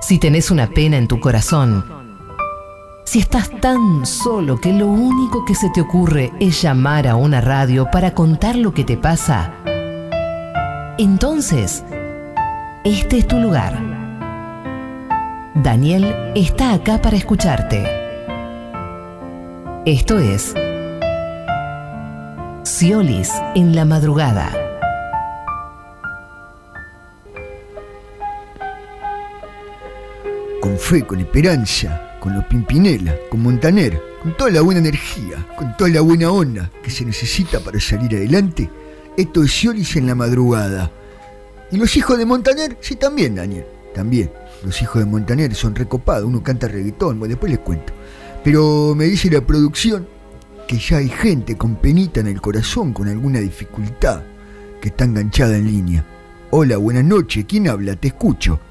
Si tenés una pena en tu corazón, si estás tan solo que lo único que se te ocurre es llamar a una radio para contar lo que te pasa, entonces, este es tu lugar. Daniel está acá para escucharte. Esto es Sciollis en la madrugada. Con fe, con esperanza, con los Pimpinela, con Montaner, con toda la buena energía, con toda la buena onda que se necesita para salir adelante. Esto es Sciollis en la madrugada. Y los hijos de Montaner, sí, también, Daniel, también. Los hijos de Montaner son recopados, uno canta reggaetón, bueno, después les cuento. Pero me dice la producción que ya hay gente con penita en el corazón, con alguna dificultad, que está enganchada en línea. Hola, buenas noches, ¿quién habla? Te escucho.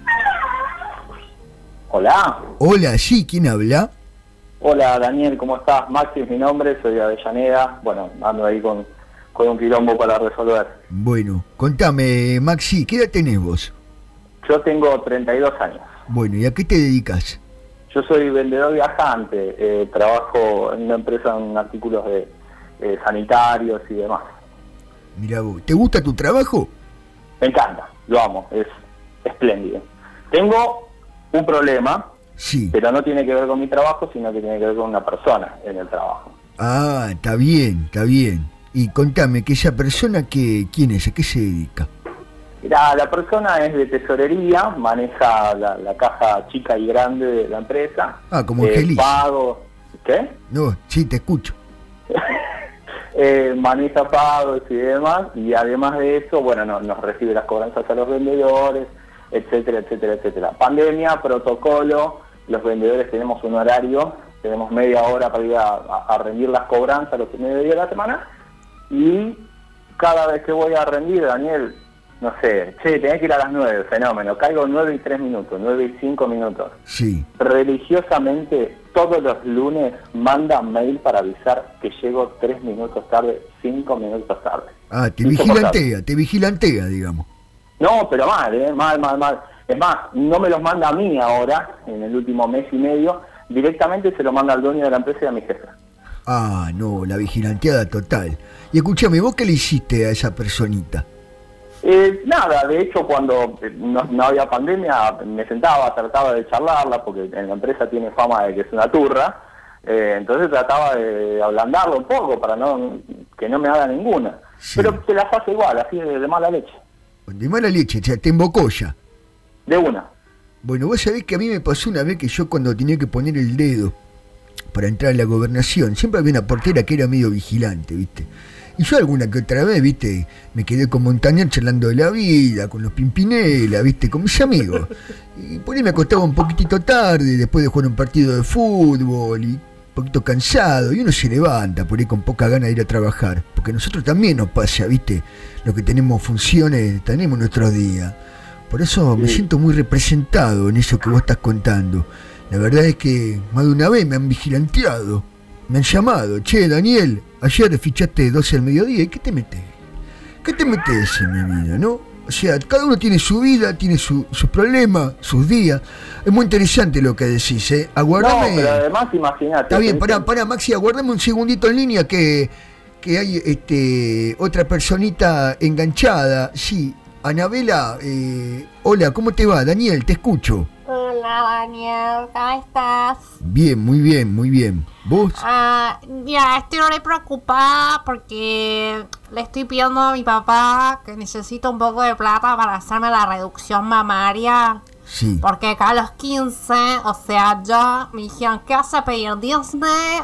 Hola. Hola, sí, ¿quién habla? Hola, Daniel, ¿cómo estás? Maxi es mi nombre, soy de Avellaneda. Bueno, ando ahí con un quilombo para resolver. Bueno, contame, Maxi, ¿qué edad tenés vos? Yo tengo 32 años. Bueno, ¿y a qué te dedicas? Yo soy vendedor viajante, trabajo en una empresa en artículos de sanitarios y demás. Mirá vos, ¿te gusta tu trabajo? Me encanta, lo amo, es espléndido. Tengo un problema, sí, pero no tiene que ver con mi trabajo, sino que tiene que ver con una persona en el trabajo. Ah, está bien, está bien. Y contame, que esa persona, ¿quién es? ¿A qué se dedica? Mirá, la persona es de tesorería, maneja la caja chica y grande de la empresa. Ah, como Angelina. Pago, ¿qué? No, sí, te escucho. Maneja pagos y demás, y además de eso, bueno, nos recibe las cobranzas a los vendedores, etcétera, etcétera, etcétera. Pandemia, protocolo, los vendedores tenemos un horario, tenemos media hora para ir a rendir las cobranzas los primeros días de la semana, y cada vez que voy a rendir, Daniel, no sé, tenés que ir a las 9, fenómeno, caigo 9 y 3 minutos, 9 y 5 minutos. Sí. Religiosamente, todos los lunes mandan mail para avisar que llego 3 minutos tarde, 5 minutos tarde. Ah, te vigilantea, digamos. No, pero mal. Es más, no me los manda a mí ahora, en el último mes y medio, directamente se lo manda al dueño de la empresa y a mi jefe. Ah, no, la vigilanteada total. Y escúchame, ¿vos qué le hiciste a esa personita? Nada, de hecho cuando no había pandemia me sentaba, trataba de charlarla, porque en la empresa tiene fama de que es una turra, entonces trataba de ablandarlo un poco para que no me haga ninguna. Sí. Pero se las hace igual, así de mala leche. De mala leche, o sea, te embocó ya. De una. Bueno, vos sabés que a mí me pasó una vez que yo cuando tenía que poner el dedo para entrar a la gobernación, siempre había una portera que era medio vigilante, ¿viste? Y yo alguna que otra vez, ¿viste? Me quedé con Montaner charlando de la vida, con los Pimpinela, ¿viste? Con mis amigos. Y por ahí me acostaba un poquitito tarde, después de jugar un partido de fútbol, y un poquito cansado, y uno se levanta por ahí con poca gana de ir a trabajar. Porque a nosotros también nos pasa, ¿viste? Los que tenemos funciones, tenemos nuestros días. Por eso me siento muy representado en eso que vos estás contando. La verdad es que más de una vez me han vigilanteado. Me han llamado, che, Daniel, ayer fichaste 12 al mediodía, ¿y qué te metes? ¿Qué te metes en mi vida, no? O sea, cada uno tiene su vida, tiene sus problemas, sus días. Es muy interesante lo que decís, ¿eh? Aguardame. No, pero además imagínate. Está bien, pará, Maxi, aguardame un segundito en línea que hay otra personita enganchada. Sí, Anabela, hola, ¿cómo te va? Daniel, te escucho. Hola Daniel, ¿cómo estás? Bien, muy bien. ¿Vos? Mira, estoy re preocupada porque le estoy pidiendo a mi papá que necesito un poco de plata para hacerme la reducción mamaria. Sí. Porque acá a los 15, o sea, yo me dijeron, ¿qué vas a pedir? Disney,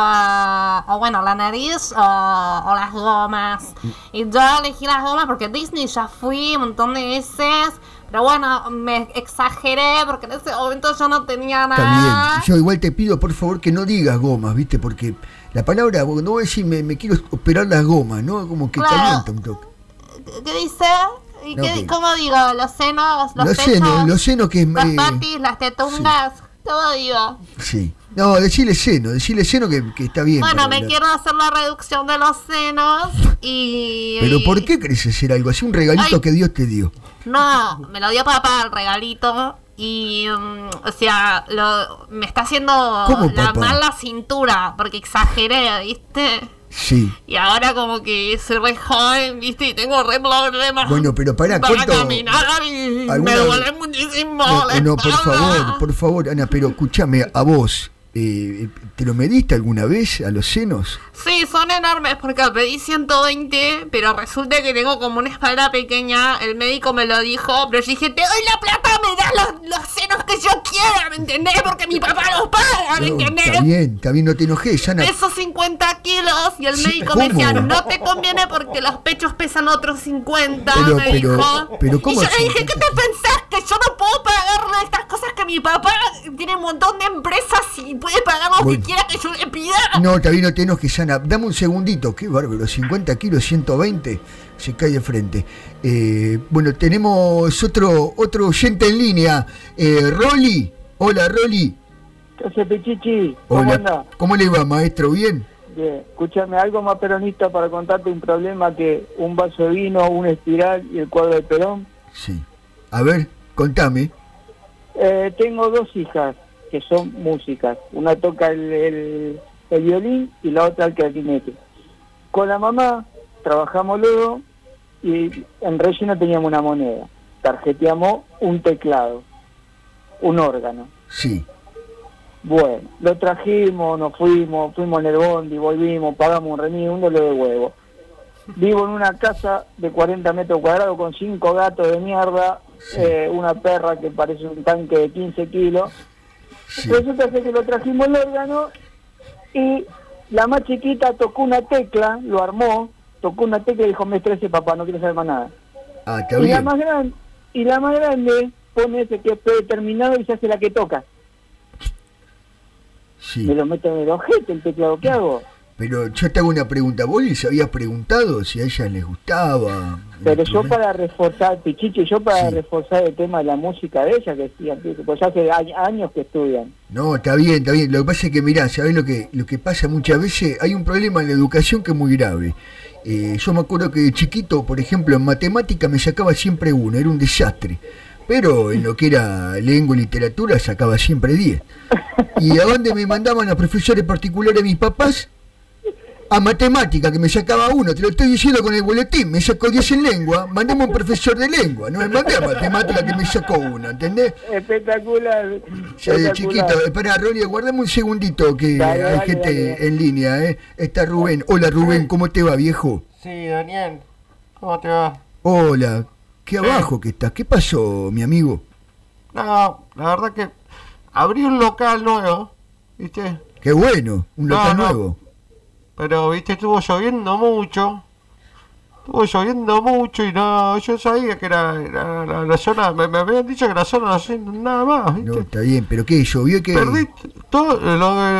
o bueno, la nariz, o las gomas. Y yo elegí las gomas porque Disney ya fui un montón de veces. Pero bueno, me exageré porque en ese momento yo no tenía nada. También, yo igual te pido por favor que no digas gomas, ¿viste? Porque la palabra, no voy a decir me quiero operar las gomas, ¿no? Como que claro. Calienta un toque. ¿Qué dice? No, ¿Cómo digo? Los senos, los senos que las patis, las tetungas, sí. Todo digo. Sí. No, decile seno que está bien. Bueno, me quiero hacer la reducción de los senos y... ¿Pero por qué querés hacer algo así? Un regalito que Dios te dio. No, me lo dio papá el regalito y, o sea, me está haciendo mal la cintura porque exageré, ¿viste? Sí. Y ahora como que soy re joven, ¿viste? Y tengo re problemas. Bueno, pero para caminar y me duele muchísimo la espalda. No, por favor, Ana, pero escúchame, a vos, ¿te lo mediste alguna vez a los senos? Sí, son enormes porque pedí 120, pero resulta que tengo como una espalda pequeña. El médico me lo dijo, pero yo dije, te doy la plata, me das los senos que yo quiera, ¿me entendés? Porque mi papá los paga, ¿me entendés? Está bien, no te enojes, Ana. Peso 50 kilos y el médico me decía, no te conviene porque los pechos pesan otros 50, me dijo. Pero ¿cómo? Y yo le dije, ¿qué te pensás? Que yo no puedo pagarle estas cosas que mi papá tiene un montón de empresas y puede pagar lo que quiera que yo le pida. No, está bien, no te enojes, Ana. Dame un segundito, qué bárbaro, 50 kilos, 120, se cae de frente. Bueno, tenemos otro oyente en línea, Rolly. Hola, Rolly. ¿Qué hace, Pichichi? ¿Cómo anda? ¿Cómo le va, maestro? ¿Bien? Bien. Escúchame, algo más peronista para contarte un problema que un vaso de vino, una espiral y el cuadro de Perón. Sí. A ver, contame. Tengo 2 hijas que son músicas. Una toca el violín y la otra el clarinete. Con la mamá trabajamos luego y en relleno teníamos una moneda. Tarjeteamos un teclado, un órgano. Sí. Bueno, lo trajimos, nos fuimos en el bondi, volvimos, pagamos un remis, un dolor de huevo. Vivo en una casa de 40 metros cuadrados con 5 gatos de mierda, sí. Una perra que parece un tanque de 15 kilos. Sí. Resulta que lo trajimos el órgano y la más chiquita tocó una tecla, lo armó, tocó una tecla y dijo, me estresé papá, no quiero saber más nada. Ah, está bien. Y la más grande pone ese que es predeterminado y se hace la que toca. Sí. Me lo meto en el ojete el teclado, ¿qué hago? Pero yo te hago una pregunta, ¿vos les habías preguntado si a ellas les gustaba? Pero yo para reforzar, Pichichi, reforzar el tema de la música de ella, que sí, pues hace años que estudian. No, está bien. Lo que pasa es que, mirá, ¿sabés lo que pasa muchas veces? Hay un problema en la educación que es muy grave. Yo me acuerdo que de chiquito, por ejemplo, en matemática me sacaba siempre 1, era un desastre. Pero en lo que era lengua y literatura sacaba siempre 10. ¿Y a dónde me mandaban a profesores particulares mis papás? A matemática, que me sacaba 1, te lo estoy diciendo con el boletín, me sacó 10 en lengua, mandame a un profesor de lengua, no me mandé a matemática que me sacó 1, ¿entendés? Espectacular. Ya de chiquito, espera, Rolly, guardame un segundito que hay gente en línea, Está Rubén. Hola Rubén, ¿cómo te va, viejo? Sí, Daniel, ¿cómo te va? Hola, qué abajo que estás, ¿qué pasó, mi amigo? No, la verdad que abrí un local nuevo, ¿viste? Qué bueno, un local nuevo. Pero, viste, estuvo lloviendo mucho y no, yo sabía que era la zona, me habían dicho que la zona no hacía nada más, ¿viste? No, está bien, pero ¿qué? ¿Llovió que? Perdí toda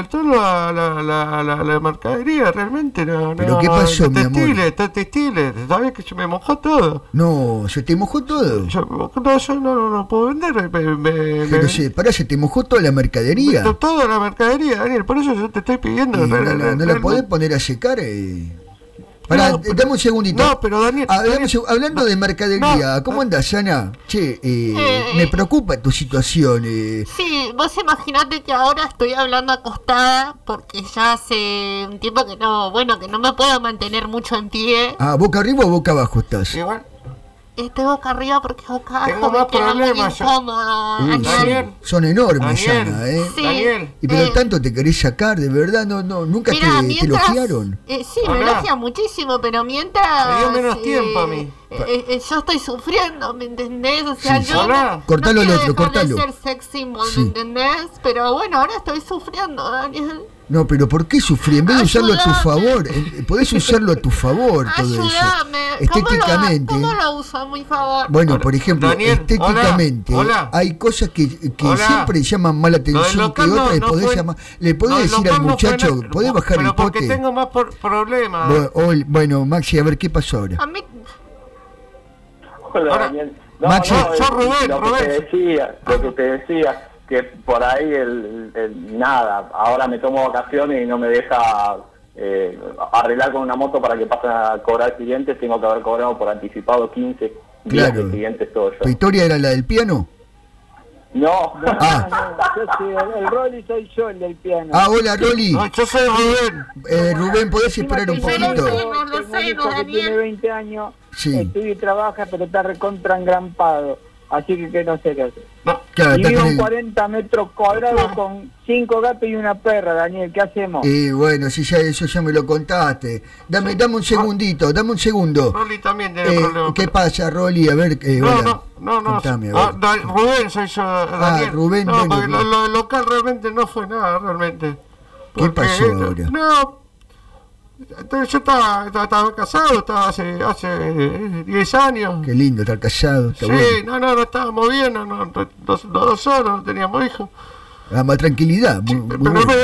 la mercadería, realmente, no. ¿Pero qué pasó, mi amor? Textiles, sabías que se me mojó todo. No, ¿se te mojó todo? Yo no puedo vender. Pero se te mojó toda la mercadería. Toda la mercadería, Daniel, por eso yo te estoy pidiendo. ¿No la podés poner a secar? Pará, dame un segundito. No, pero Daniel, hablando de mercadería, ¿cómo andas, Ana? Che, me preocupa tu situación. Sí, vos imaginate que ahora estoy hablando acostada porque ya hace un tiempo que no me puedo mantener mucho en pie. Ah, ¿boca arriba o boca abajo estás? Igual. Estoy boca arriba porque boca abajo tengo más problemas. Son enormes, Daniel, Ana, Sí, Daniel. Y pero tanto te querés sacar, de verdad, nunca mirá, te elogiaron. Sí, me elogian muchísimo, pero mientras... Me dio menos tiempo a mí. Yo estoy sufriendo, ¿me entendés? O sea, sí, yo cortalo no al otro, cortalo. ser sex symbol, ¿me entendés? Pero bueno, ahora estoy sufriendo, Daniel. No, pero ¿por qué sufrir? En vez de usarlo a tu favor, podés usarlo a tu favor todo Ayúdame. eso. Estéticamente. ¿Cómo lo uso a mi favor? Bueno, por ejemplo, Daniel, estéticamente, hola. hay cosas que siempre llaman más la atención que otras. Le podés decir al muchacho, podés bajar el pote. Porque tengo más problemas. Bueno, Maxi, a ver, ¿qué pasó ahora? A mí... Hola, Daniel. Maxi, yo Rubén. Lo que te decía, que por ahí nada, ahora me tomo vacaciones y no me deja arreglar con una moto para que pasen a cobrar clientes, tengo que haber cobrado por anticipado 15 días de clientes todo yo. ¿Tu historia era la del piano? No. No, yo soy el Rolly, soy yo el del piano. Hola Rolly. No, yo soy Rubén. Rubén, ¿podés esperar un poquito? Tengo un hijo que tiene 20 años, estudia y trabaja, pero está recontra engrampado. Así que no sé qué hacer. No. Claro, Y vivo en 40 metros cuadrados con 5 gatos y una perra, Daniel. ¿Qué hacemos? Bueno, si ya eso ya me lo contaste. Dame un segundito, dame un segundo. Rolly también tiene problemas. ¿Qué pasa, Rolly? A ver, No. contame, a ver. Rubén soy yo, Daniel. Rubén, no, bueno, porque lo local realmente no fue nada, realmente. ¿Qué pasó ahora? No, yo estaba casado, estaba hace 10 años. Qué lindo estar casado, está Sí, bueno. no estábamos bien, los dos solos, no teníamos hijos. Más tranquilidad, muy Pero bueno. me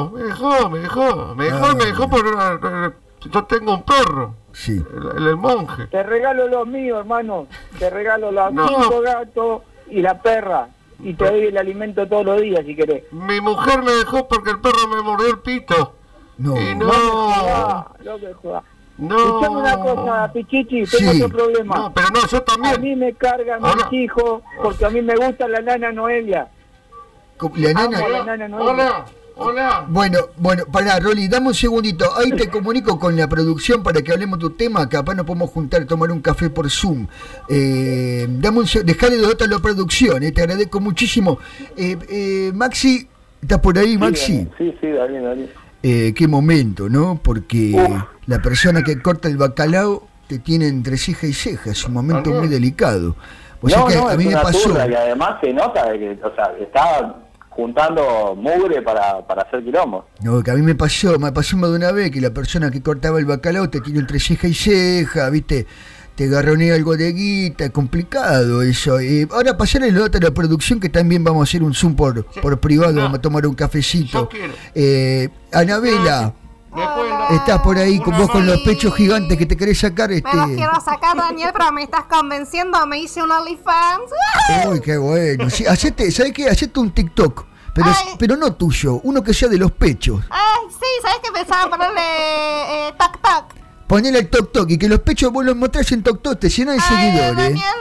dejó por yo tengo un perro, Sí. el monje. Te regalo los míos, hermano. Te regalo los No. 5 gatos y la perra. Y te doy el alimento todos los días si querés. Mi mujer me dejó porque el perro me mordió el pito. No. Y No me jodas. no. Escuchame una cosa, Pichichi, tengo Sí. otro problema. No, pero no, yo A también. mí me cargan Hola. mis hijos porque a mí me gusta la nana Noelia. La nana. Amo la nana Noelia. Hola. Bueno, pará, Rolly, dame un segundito. Ahí te comunico con la producción para que hablemos tu tema. Capaz nos podemos juntar, tomar un café por Zoom. Dejale de otra la producción, te agradezco muchísimo. Maxi, ¿estás por ahí, Maxi? Sí, Daniel. Qué momento, ¿no? Porque la persona que corta el bacalao te tiene entre ceja y ceja. Es un momento muy delicado. O sea que a mí me pasó. Y además se nota de que, o sea, estaba juntando mugre para hacer quilombo. No, que a mí me pasó más de una vez que la persona que cortaba el bacalao te tiene entre ceja y ceja, ¿viste? Te garronea algo de guita, es complicado eso. Ahora pasarle la nota a la producción que también vamos a hacer un Zoom por privado, vamos a tomar un cafecito. Yo quiero. Anabela, Hola. estás por ahí con vos con los pechos gigantes que te querés sacar. Me los quiero sacar, Daniel, pero me estás convenciendo. Me hice un OnlyFans. Uy, qué bueno. Sí, ¿sabés qué? Hacete un TikTok, pero no tuyo, uno que sea de los pechos. Ay, sí, ¿sabes qué pensaba ponerle tac? Ponele el toc y que los pechos vos los mostrás en toc, te llenan de seguidores. Daniel,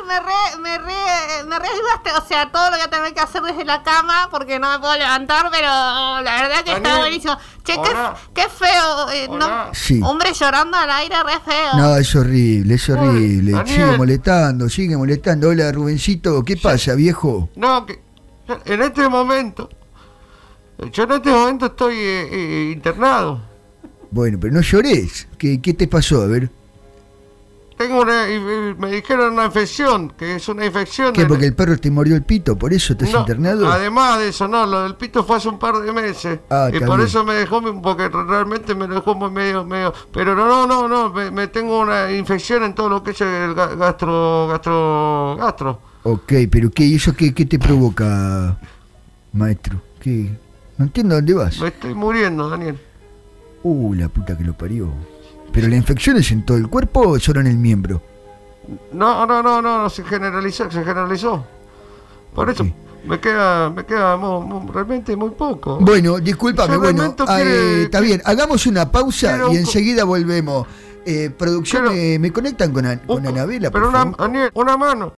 me re ayudaste. O sea, todo lo que tengo que hacer desde la cama porque no me puedo levantar, pero la verdad que está Daniel, buenísimo. Che, hola. qué feo. Hola. Sí. Hombre llorando al aire, re feo. No, es horrible. Daniel. Sigue molestando. Hola, Rubencito, ¿qué pasa, viejo? No, que en este momento, yo en este momento estoy internado. Bueno, pero no llores. ¿Qué te pasó? A ver. Tengo me dijeron una infección, que es una infección. ¿Qué? ¿Porque el perro te mordió el pito? ¿Por eso estás No, internado? además de eso, no, lo del pito fue hace un par de meses. Y está por bien. eso me dejó, porque realmente me dejó muy medio. Pero no, me tengo una infección en todo lo que es el gastro. Ok, pero ¿qué? ¿Y eso qué te provoca, maestro? ¿Qué? No entiendo a dónde vas. Me estoy muriendo, Daniel. La puta que lo parió. ¿Pero la infección es en todo el cuerpo o solo en el miembro? No, se generalizó. Por Ok. eso me queda realmente muy poco. Bueno, discúlpame, Yo realmente está bien. Hagamos una pausa quiero y enseguida volvemos. Producción, quiero- ¿me conectan con Anabela, por Pero favor? Daniel, una mano.